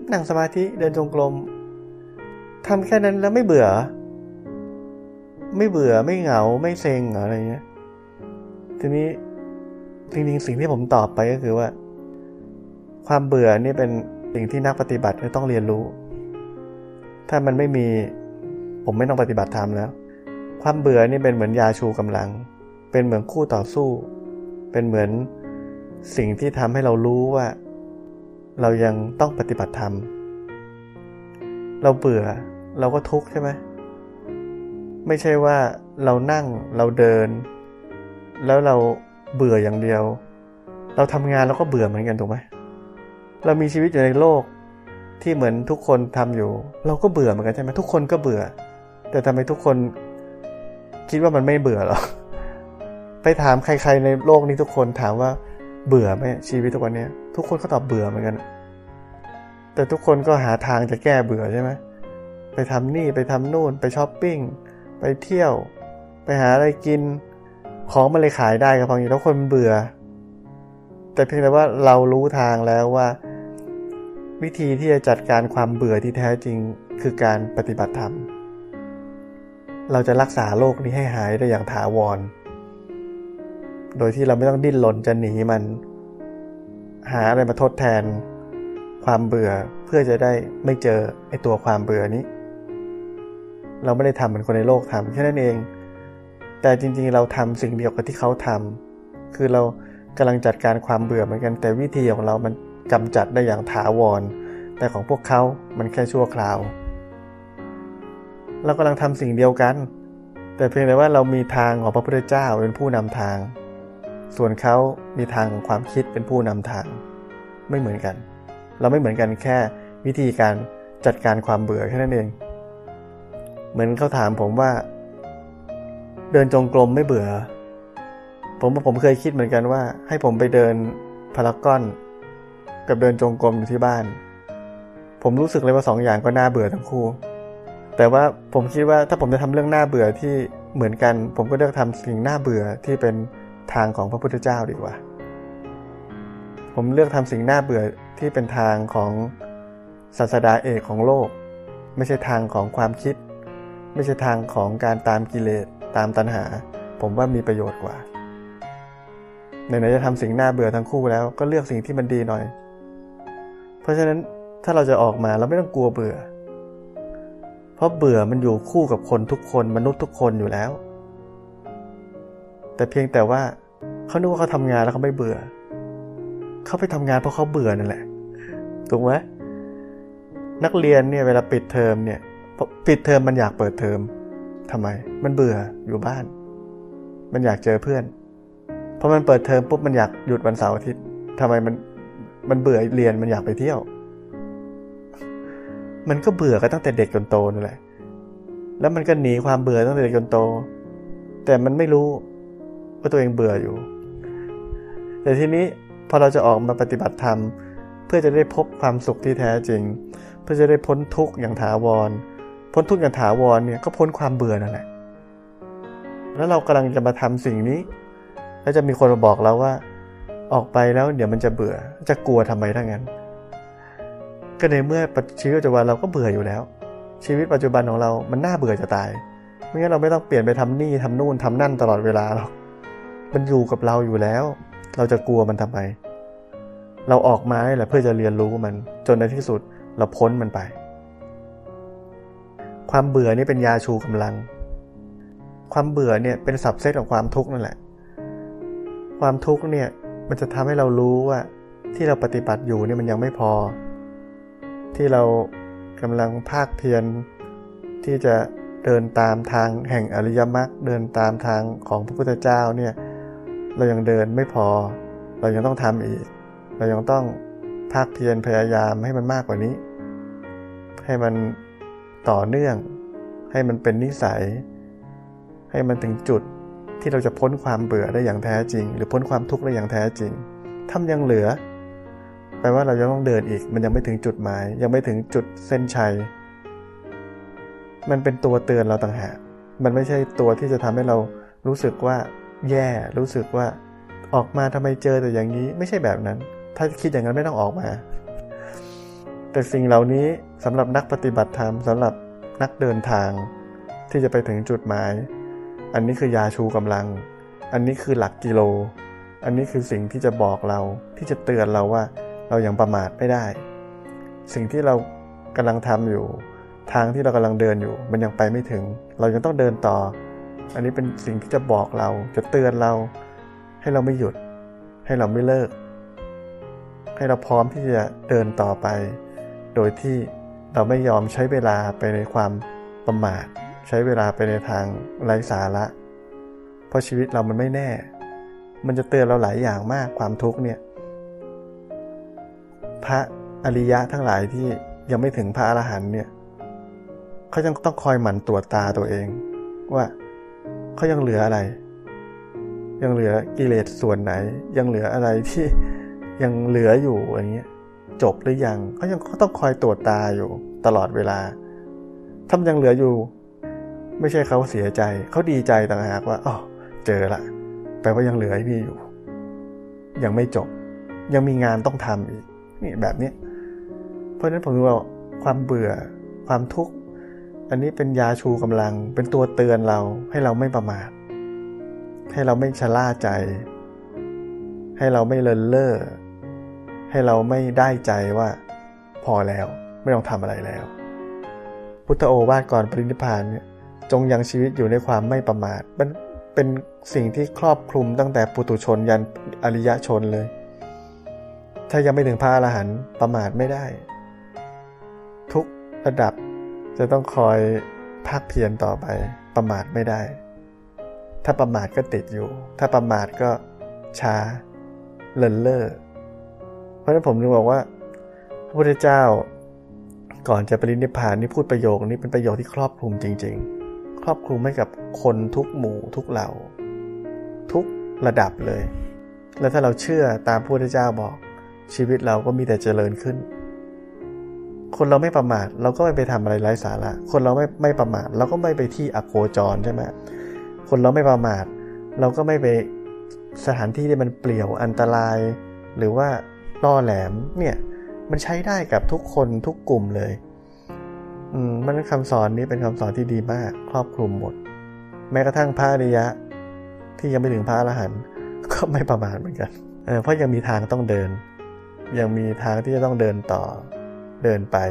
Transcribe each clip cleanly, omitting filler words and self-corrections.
นั่งสมาธิเดินจงกรมทำแค่นั้นแล้วไม่เบื่อไม่เหงาไม่เซ็งอะไรเงี้ยทีนี้จริงๆสิ่งที่ผมตอบไปก็คือว่าความเบื่อนี่เป็นสิ่งที่นักปฏิบัติต้องเรียนรู้ถ้ามันไม่มีผมไม่ต้องปฏิบัติธรรมแล้วความเบื่อนี่เป็นเหมือนยาชูกำลังเป็นเหมือนคู่ต่อสู้เป็นเหมือนสิ่งที่ทำให้เรารู้ว่าเรายังต้องปฏิบัติธรรมเราเบื่อเราก็ทุกข์ใช่ไหมไม่ใช่ว่าเรานั่งเราเดินแล้วเราเบื่ออย่างเดียวเราทำงานเราก็เบื่อเหมือนกันถูกไหมเรามีชีวิตอยู่ในโลกที่เหมือนทุกคนทำอยู่เราก็เบื่อเหมือนกันใช่ไหมทุกคนก็เบื่อแต่ทำไมทุกคนคิดว่ามันไม่เบื่อหรอไปถามใครๆในโลกนี้ทุกคนถามว่าเบื่อไหมชีวิตทุกวันนี้ทุกคนก็ตอบเบื่อเหมือนกันแต่ทุกคนก็หาทางจะแก้เบื่อใช่ไหมไปทำนี่ไปทำนู่นไปช้อปปิ้งไปเที่ยวไปหาอะไรกินของมันเลยขายได้ก็เพราะงี้ทุกคนเบื่อแต่เพียงแต่ว่าเรารู้ทางแล้วว่าวิธีที่จะจัดการความเบื่อที่แท้จริงคือการปฏิบัติธรรมเราจะรักษาโรคนี้ให้หายได้อย่างถาวรโดยที่เราไม่ต้องดิ้นรนจะหนีมันหาอะไรมาทดแทนความเบื่อเพื่อจะได้ไม่เจอไอ้ตัวความเบื่อนี้เราไม่ได้ทำเหมือนคนในโลกทำแค่นั้นเองแต่จริงๆเราทำสิ่งเดียวกับที่เขาทำคือเรากำลังจัดการความเบื่อเหมือนกันแต่วิธีของเรามันกำจัดได้อย่างถาวรแต่ของพวกเขามันแค่ชั่วคราวเรากำลังทำสิ่งเดียวกันแต่เพียงแต่ว่าเรามีทางของพระพุทธเจ้าเป็นผู้นำทางส่วนเขามีทางของความคิดเป็นผู้นำทางไม่เหมือนกันเราไม่เหมือนกันแค่วิธีการจัดการความเบื่อแค่นั้นเองเหมือนเขาถามผมว่าเดินจงกรมไม่เบื่อผมเคยคิดเหมือนกันว่าให้ผมไปเดินพารากอนกับเดินจงกรมอยู่ที่บ้านผมรู้สึกเลยว่า2 อย่างก็น่าเบื่อทั้งคู่แต่ว่าผมคิดว่าถ้าผมจะทำเรื่องน่าเบื่อที่เหมือนกันผมก็เลือกทำสิ่งน่าเบื่อที่เป็นทางของพระพุทธเจ้าดีกว่าผมเลือกทำสิ่งน่าเบื่อที่เป็นทางของศาสดาเอกของโลกไม่ใช่ทางของความคิดไม่ใช่ทางของการตามกิเลสตามตัณหาผมว่ามีประโยชน์กว่าไหนๆจะทำสิ่งน่าเบื่อทั้งคู่แล้วก็เลือกสิ่งที่มันดีหน่อยเพราะฉะนั้นถ้าเราจะออกมาเราไม่ต้องกลัวเบื่อเพราะเบื่อมันอยู่คู่กับคนทุกคนมนุษย์ทุกคนอยู่แล้วแต่เพียงแต่ว่าเขานึกว่าเขาทำงานแล้วเขาไม่เบื่อเขาไปทำงานเพราะเขาเบื่อนั่นแหละถูกไหมนักเรียนเนี่ยเวลาปิดเทอมเนี่ยปิดเทอมมันอยากเปิดเทอมทำไมมันเบื่ออยู่บ้านมันอยากเจอเพื่อนพอมันเปิดเทอมปุ๊บมันอยากหยุดวันเสาร์อาทิตย์ทำไมมันเบื่อเรียนมันอยากไปเที่ยวมันก็เบื่อกันตั้งแต่เด็กจนโตนั่นแหละแล้วมันก็หนีความเบื่อตั้งแต่เด็กจนโตแต่มันไม่รู้ว่าตัวเองเบื่ออยู่แต่ทีนี้พอเราจะออกมาปฏิบัติธรรมเพื่อจะได้พบความสุขที่แท้จริงเพื่อจะได้พ้นทุกข์อย่างถาวรพ้นทุกข์อย่างถาวรเนี่ยก็พ้นความเบื่อนั่นแหละแล้วเรากำลังจะมาทำสิ่งนี้แล้วจะมีคนมาบอกเราว่าออกไปแล้วเดี๋ยวมันจะเบื่อจะกลัวทำไมถ้างั้นก็ในเมื่อชีวิตปัจจุบันเราก็เบื่ออยู่แล้วชีวิตปัจจุบันของเรามันน่าเบื่อจะตายไม่งั้นเราไม่ต้องเปลี่ยนไปทำนี่ทำนู่นทำนั่นตลอดเวลาหรอกมันอยู่กับเราอยู่แล้วเราจะกลัวมันทำไมเราออกมาแหละเพื่อจะเรียนรู้มันจนในที่สุดเราพ้นมันไปความเบื่อนี่เป็นยาชูกำลังความเบื่อเนี่ยเป็นสับเซตของความทุกข์นั่นแหละความทุกข์เนี่ยมันจะทำให้เรารู้ว่าที่เราปฏิบัติอยู่เนี่ยมันยังไม่พอที่เรากำลังภาคเพียรที่จะเดินตามทางแห่งอริยมรรคเดินตามทางของพระพุทธเจ้าเนี่ยเรายังเดินไม่พอเรายังต้องทำอีกเรายังต้องภาคเพียรพยายามให้มันมากกว่านี้ให้มันต่อเนื่องให้มันเป็นนิสัยให้มันถึงจุดที่เราจะพ้นความเบื่อได้อย่างแท้จริงหรือพ้นความทุกข์ได้อย่างแท้จริงถ้ายังเหลือแปลว่าเรายังต้องเดินอีกมันยังไม่ถึงจุดหมายยังไม่ถึงจุดเส้นชัยมันเป็นตัวเตือนเราต่างหากมันไม่ใช่ตัวที่จะทำให้เรารู้สึกว่าแย่รู้สึกว่าออกมาทำไมเจอแต่อย่างนี้ไม่ใช่แบบนั้นถ้าคิดอย่างนั้นไม่ต้องออกมาแต่สิ่งเหล่านี้สำหรับนักปฏิบัติธรรมสำหรับนักเดินทางที่จะไปถึงจุดหมายอันนี้คือยาชูกำลังอันนี้คือหลักกิโลอันนี้คือสิ่งที่จะบอกเราที่จะเตือนเราว่าเรายังประมาทไม่ได้สิ่งที่เรากำลังทำอยู่ทางที่เรากำลังเดินอยู่มันยังไปไม่ถึงเรายังต้องเดินต่ออันนี้เป็นสิ่งที่จะบอกเราจะเตือนเราให้เราไม่หยุดให้เราไม่เลิกให้เราพร้อมที่จะเดินต่อไปโดยที่เราไม่ยอมใช้เวลาไปในความประมาทใช้เวลาไปในทางไร้สาระเพราะชีวิตเรามันไม่แน่มันจะเตือนเราหลายอย่างมากความทุกข์เนี่ยพระอริยะทั้งหลายที่ยังไม่ถึงพระอรหันต์เนี่ยเขายังต้องคอยหมั่นตรวจตาตัวเองว่าเขายังเหลืออะไรยังเหลือกิเลสส่วนไหนยังเหลืออะไรที่ยังเหลืออยู่อย่างเงี้ยจบหรือยังเขาต้องคอยตรวจตาอยู่ตลอดเวลาถ้ามันยังเหลืออยู่ไม่ใช่เขาเสียใจเขาดีใจต่างหากว่าอ๋อเจอละแปลว่ายังเหลือไอ้นี่อยู่ยังไม่จบยังมีงานต้องทำอีกนี่แบบนี้เพราะฉะนั้นผมว่าความเบื่อความทุกข์อันนี้เป็นยาชูกำลังเป็นตัวเตือนเราให้เราไม่ประมาทให้เราไม่ชะล่าใจให้เราไม่เลินเล่อให้เราไม่ได้ใจว่าพอแล้วไม่ต้องทำอะไรแล้วพุทธโอวาทก่อนปรินิพพานเนี่ยจงยังชีวิตอยู่ในความไม่ประมาทมันเป็นสิ่งที่ครอบคลุมตั้งแต่ปุถุชนยันอริยชนเลยถ้ายังไม่ถึงพระอรหันต์ประมาทไม่ได้ทุกระดับจะต้องคอยภาคเพียรต่อไปประมาทไม่ได้ถ้าประมาทก็ติดอยู่ถ้าประมาทก็ช้าเลินเล่อเพราะฉะนั้นผมจึงบอกว่าพระพุทธเจ้าก่อนจะปรินิพพานนี่พูดประโยคนี้เป็นประโยคที่ครอบคลุมจริงๆครอบคลุมให้กับคนทุกหมู่ทุกเหล่าทุกระดับเลยแล้วถ้าเราเชื่อตามพระพุทธเจ้าบอกชีวิตเราก็มีแต่เจริญขึ้นคนเราไม่ประมาทเราก็ไม่ไปทำอะไรไร้สาระคนเราไม่ประมาทเราก็ไม่ไปที่อโคจรใช่ไหมคนเราไม่ประมาทเราก็ไม่ไปสถานที่ที่มันเปลี่ยวอันตรายหรือว่าล่อแหลมเนี่ยมันใช้ได้กับทุกคนทุกกลุ่มเลยมันคำสอนนี้เป็นคำสอนที่ดีมากครอบคลุมหมดแม้กระทั่งพระอริยะที่ยังไม่ถึงพระอรหันต์ก็ไม่ประมาทเหมือนกันเพราะยังมีทางต้องเดินยังมีทางที่จะต้องเดินต่อเดินไป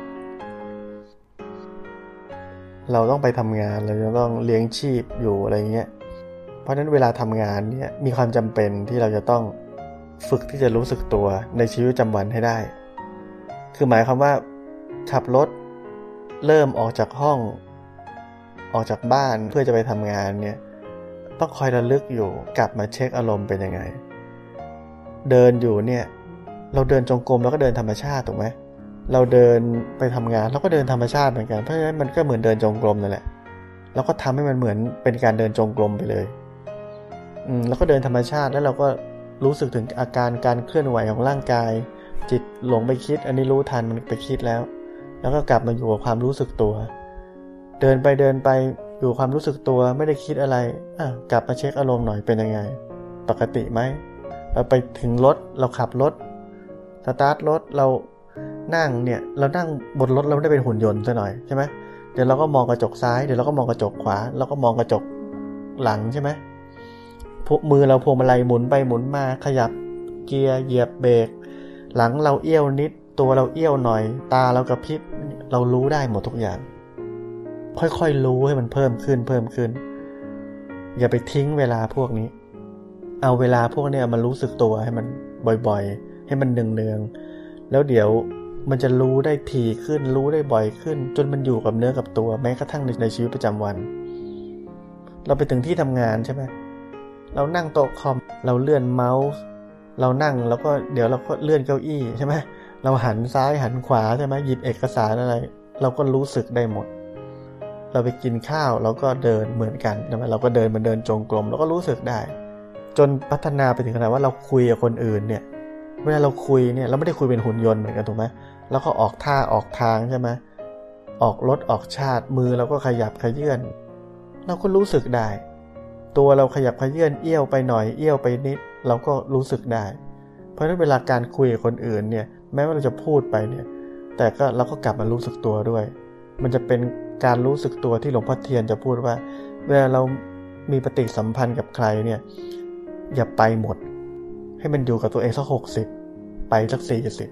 เราต้องไปทำงานเราจะต้องเลี้ยงชีพอยู่อะไรเงี้ยเพราะฉะนั้นเวลาทำงานเนี่ยมีความจำเป็นที่เราจะต้องฝึกที่จะรู้สึกตัวในชีวิตประจำวันให้ได้คือหมายความว่าขับรถเริ่มออกจากห้องออกจากบ้านเพื่อจะไปทำงานเนี่ยต้องคอยระลึกอยู่กลับมาเช็คอารมณ์เป็นยังไงเดินอยู่เนี่ยเราเดินจงกรมแล้วก็เดินธรรมชาติถูกไหมเราเดินไปทำงานเราก็เดินธรรมชาติเหมือนกันเพราะฉะนั้นมันก็เหมือนเดินจงกรมนั่นแหละแล้วก็ทำให้มันเหมือนเป็นการเดินจงกรมไปเลยแล้วก็เดินธรรมชาติแล้วเราก็รู้สึกถึงอาการการเคลื่อนไหวของร่างกายจิตหลงไปคิดอันนี้รู้ทันมันไปคิดแล้วก็กลับมาอยู่กับความรู้สึกตัวเดินไปอยู่ความรู้สึกตัวไม่ได้คิดอะไรกลับมาเช็คอารมณ์หน่อยเป็นยังไงปกติไหมเราไปถึงรถเราขับรถสตาร์ทรถเรานั่งเนี่ยเรานั่งบนรถเราไม่ได้เป็นหุ่นยนต์ซะหน่อยใช่ไหมเดี๋ยวเราก็มองกระจกซ้ายเดี๋ยวเราก็มองกระจกขวาเราก็มองกระจกหลังใช่ไหมมือเราพวงมาลัยหมุนไปหมุนมาขยับเกียร์เหยียบเบรกหลังเราเอี้ยวนิดตัวเราเอี้ยวหน่อยตาเรากระพริบเรารู้ได้หมดทุกอย่างค่อยๆรู้ให้มันเพิ่มขึ้นอย่าไปทิ้งเวลาพวกนี้เอาเวลาพวกนี้มันรู้สึกตัวให้มันบ่อยๆให้มันเนืองๆแล้วเดี๋ยวมันจะรู้ได้ถี่ขึ้นรู้ได้บ่อยขึ้นจนมันอยู่กับเนื้อกับตัวแม้กระทั่งในชีวิตประจำวันเราไปถึงที่ทำงานใช่ไหมเรานั่งโต๊ะคอมเราเลื่อนเมาส์เรานั่งแล้วก็เดี๋ยวเราก็เลื่อนเก้าอี้ใช่ไหมเราหันซ้ายหันขวาใช่ไหมหยิบเอกสารอะไรเราก็รู้สึกได้หมดเราไปกินข้าวเราก็เดินเหมือนกันใช่ไหมเราก็เดินมันเดินจงกรมเราก็รู้สึกได้จนพัฒนาไปถึงขนาดว่าเราคุยกับคนอื่นเนี่ยเวลาเราคุยเนี่ยเราไม่ได้คุยเป็นหุ่นยนต์เหมือนกันถูกไหมแล้วก็ออกท่าออกทางใช่ไหมออกรถออกชาติมือเราก็ขยับขยื่นเราก็รู้สึกได้ตัวเราขยับขยื่นเอี้ยวไปหน่อยเอี้ยวไปนิดเราก็รู้สึกได้เพราะฉะนั้นเวลาการคุยกับคนอื่นเนี่ยแม้ว่าเราจะพูดไปเนี่ยแต่แต่ก็เราก็กลับมารู้สึกตัวด้วยมันจะเป็นการรู้สึกตัวที่หลวงพ่อเทียนจะพูดว่าเวลาเรามีปฏิสัมพันธ์กับใครเนี่ยอย่าไปหมดให้มันอยู่กับตัวเองสัก60ไปสัก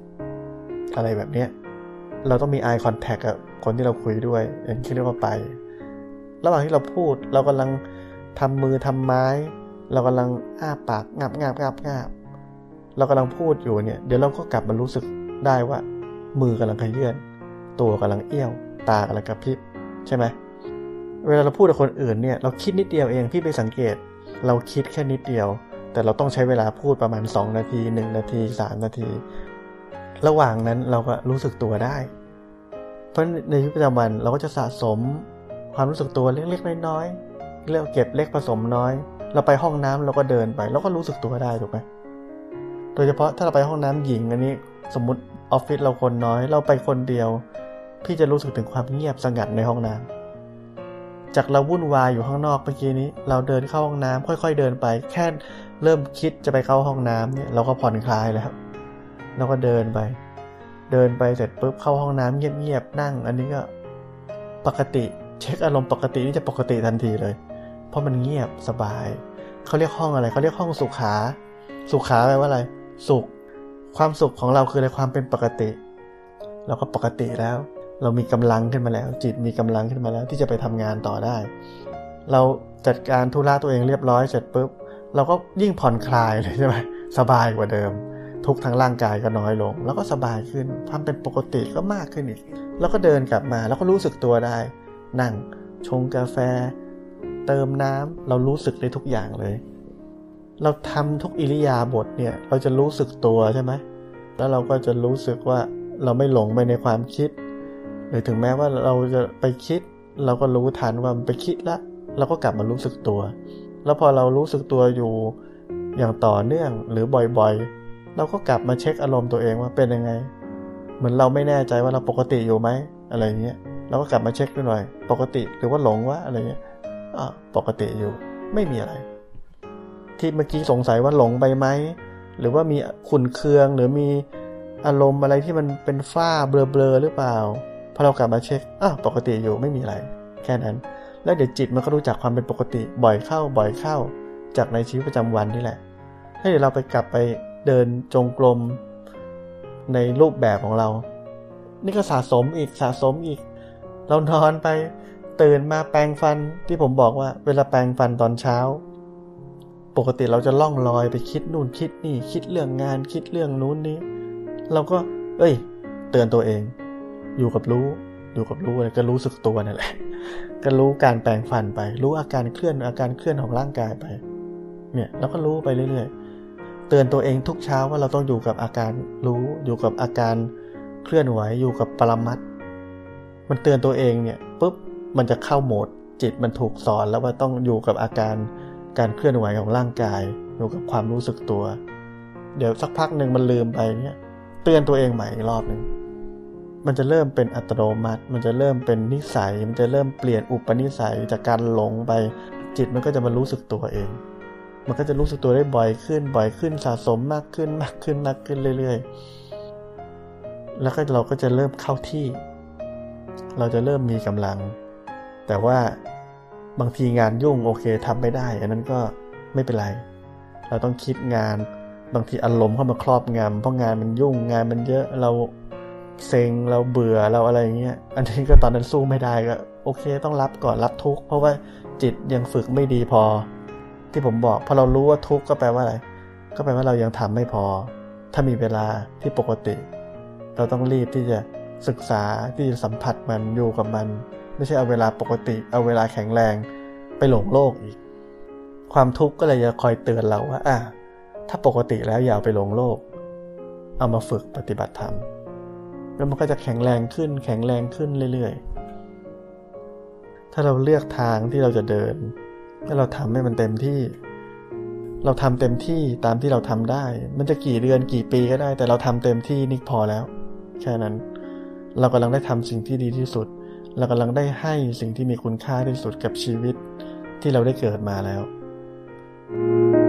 40อะไรแบบเนี้ยเราต้องมี eye contact กับคนที่เราคุยด้วยอย่างที่เรียกว่าไประหว่างที่เราพูดเรากำลังทำมือทำไม้เรากำลังอ้าปากงับเรากำลังพูดอยู่เนี่ยเดี๋ยวเราก็กลับมารู้สึกได้ว่ามือกำลังขยื่นตัวกำลังเอี้ยวตากำลังกระพริบใช่ไหมเวลาเราพูดกับคนอื่นเนี่ยเราคิดนิดเดียวเองพี่ไปสังเกตเราคิดแค่นิดเดียวแต่เราต้องใช้เวลาพูดประมาณ2นาที1นาที3นาทีระหว่างนั้นเราก็รู้สึกตัวได้เพราะในชีวิตประจำวันเราก็จะสะสมความรู้สึกตัวเล็กๆน้อยๆเรียกเก็บเล็กผสมน้อยเราไปห้องน้ำเราก็เดินไปเราก็รู้สึกตัวได้ถูกไหมโดยเฉพาะถ้าเราไปห้องน้ำหญิงอันนี้สมมุติออฟฟิศเราคนน้อยเราไปคนเดียวพี่จะรู้สึกถึงความเงียบสงัดในห้องน้ำจากเราวุ่นวายอยู่ข้างนอกเมื่อกี้นี้เราเดินเข้าห้องน้ำค่อยๆเดินไปแค่เริ่มคิดจะไปเข้าห้องน้ำเนี่ยเราก็ผ่อนคลายแล้วเราก็เดินไปเสร็จปุ๊บเข้าห้องน้ำเงียบๆนั่งอันนี้ก็ปกติเช็คอารมณ์ปกตินี่จะปกติทันทีเลยเพราะมันเงียบสบายเขาเรียกห้องอะไรเขาเรียกห้องสุขาแปลว่าอะไรสุขความสุขของเราคืออะไรความเป็นปกติเราก็ปกติแล้วเรามีกำลังขึ้นมาแล้วจิตมีกำลังขึ้นมาแล้วที่จะไปทำงานต่อได้เราจัดการธุระตัวเองเรียบร้อยเสร็จปุ๊บเราก็ยิ่งผ่อนคลายเลยใช่ไหมสบายกว่าเดิมทุกทางร่างกายก็น้อยลงแล้วก็สบายขึ้นความเป็นปกติก็มากขึ้นอีกแล้วก็เดินกลับมาแล้วก็รู้สึกตัวได้นั่งชงกาแฟเติมน้ำเรารู้สึกได้ทุกอย่างเลยเราทำทุกอิริยาบถเนี่ยเราจะรู้สึกตัวใช่ไหมแล้วเราก็จะรู้สึกว่าเราไม่หลงไปในความคิดหรือถึงแม้ว่าเราจะไปคิดเราก็รู้ทันว่ามันไปคิดแล้วเราก็กลับมารู้สึกตัวแล้วพอเรารู้สึกตัวอยู่อย่างต่อเนื่องหรือบ่อยๆเราก็กลับมาเช็คอารมณ์ตัวเองว่าเป็นยังไงเหมือนเราไม่แน่ใจว่าเราปกติอยู่ไหมอะไรเงี้ยเราก็กลับมาเช็คดูหน่อยปกติหรือว่าหลงวะอะไรเงี้ยปกติอยู่ไม่มีอะไรที่เมื่อกี้สงสัยว่าหลงไปไหมหรือว่ามีขุ่นเคืองหรือมีอารมณ์อะไรที่มันเป็นฝ้าเบลอๆหรือเปล่าพอเรากลับมาเช็คปกติอยู่ไม่มีอะไรแค่นั้นแล้วเดี๋ยวจิตมันก็รู้จักความเป็นปกติบ่อยเข้าจากในชีวิตประจำวันนี่แหละให้เดี๋ยวเราไปกลับไปเดินจงกรมในรูปแบบของเรานี่ก็สะสมอีกเรานอนไปตื่นมาแปรงฟันที่ผมบอกว่าเวลาแปรงฟันตอนเช้าปกติเราจะล่องลอยไปคิดนู่นคิดนี่คิดเรื่องงานคิดเรื่องนู้นนี้เราก็เตือนตัวเองอยู่กับรู้อะไรก็รู้สึกตัวนั่นแหละก็รู้การแปรงฟันไปรู้อาการเคลื่อนของร่างกายไปเนี่ยเราก็รู้ไปเรื่อยๆเตือนตัวเองทุกเช้าว่าเราต้องอยู่กับอาการรู้อยู่กับอาการเคลื่อนไหวอยู่กับปรมัตถ์มันเตือนตัวเองเนี่ยปุ๊บมันจะเข้าโหมดจิตมันถูกสอนแล้วว่าต้องอยู่กับอาการการเคลื่อนไหวของร่างกายอยู่กับความรู้สึกตัวเดี๋ยวสักพักนึงมันลืมไปเนี่ยเตือนตัวเองใหม่อีกรอบนึงมันจะเริ่มเป็นอัตโนมัติมันจะเริ่มเป็นนิสัยมันจะเริ่มเปลี่ยนอุปนิสัยจากการหลงไปจิตมันก็จะมารู้สึกตัวเองมันก็จะรู้สึกตัวได้บ่อยขึ้นสะสมมากขึ้นเรื่อยๆแล้วก็เราก็จะเริ่มเข้าที่เราจะเริ่มมีกำลังแต่ว่าบางทีงานยุ่งโอเคทำไม่ได้อันนั้นก็ไม่เป็นไรเราต้องคิดงานบางทีอารมณ์เข้ามาครอบงำเพราะงานมันยุ่งงานมันเยอะเราเซ็งเราเบื่อเราอะไรอย่างเงี้ยอันนี้ก็ตอนนั้นสู้ไม่ได้ก็โอเคต้องรับก่อนรับทุกข์เพราะว่าจิตยังฝึกไม่ดีพอที่ผมบอกพอเรารู้ว่าทุกข์ก็แปลว่าอะไรก็แปลว่าเรายังทำไม่พอถ้ามีเวลาที่ปกติเราต้องรีบที่จะศึกษาที่จะสัมผัสมันอยู่กับมันไม่ใช่เอาเวลาปกติเอาเวลาแข็งแรงไปหลงโลกอีกความทุกข์ก็เลยจะคอยเตือนเราว่าถ้าปกติแล้วอย่าเอาไปหลงโลกเอามาฝึกปฏิบัติธรรมแล้วมันก็จะแข็งแรงขึ้นเรื่อยๆถ้าเราเลือกทางที่เราจะเดินแล้วเราทำให้มันเต็มที่เราทำเต็มที่ตามที่เราทำได้มันจะกี่เดือนกี่ปีก็ได้แต่เราทำเต็มที่นี่พอแล้วแค่นั้นเรากำลังได้ทำสิ่งที่ดีที่สุดเรากำลังได้ให้สิ่งที่มีคุณค่าที่สุดกับชีวิตที่เราได้เกิดมาแล้ว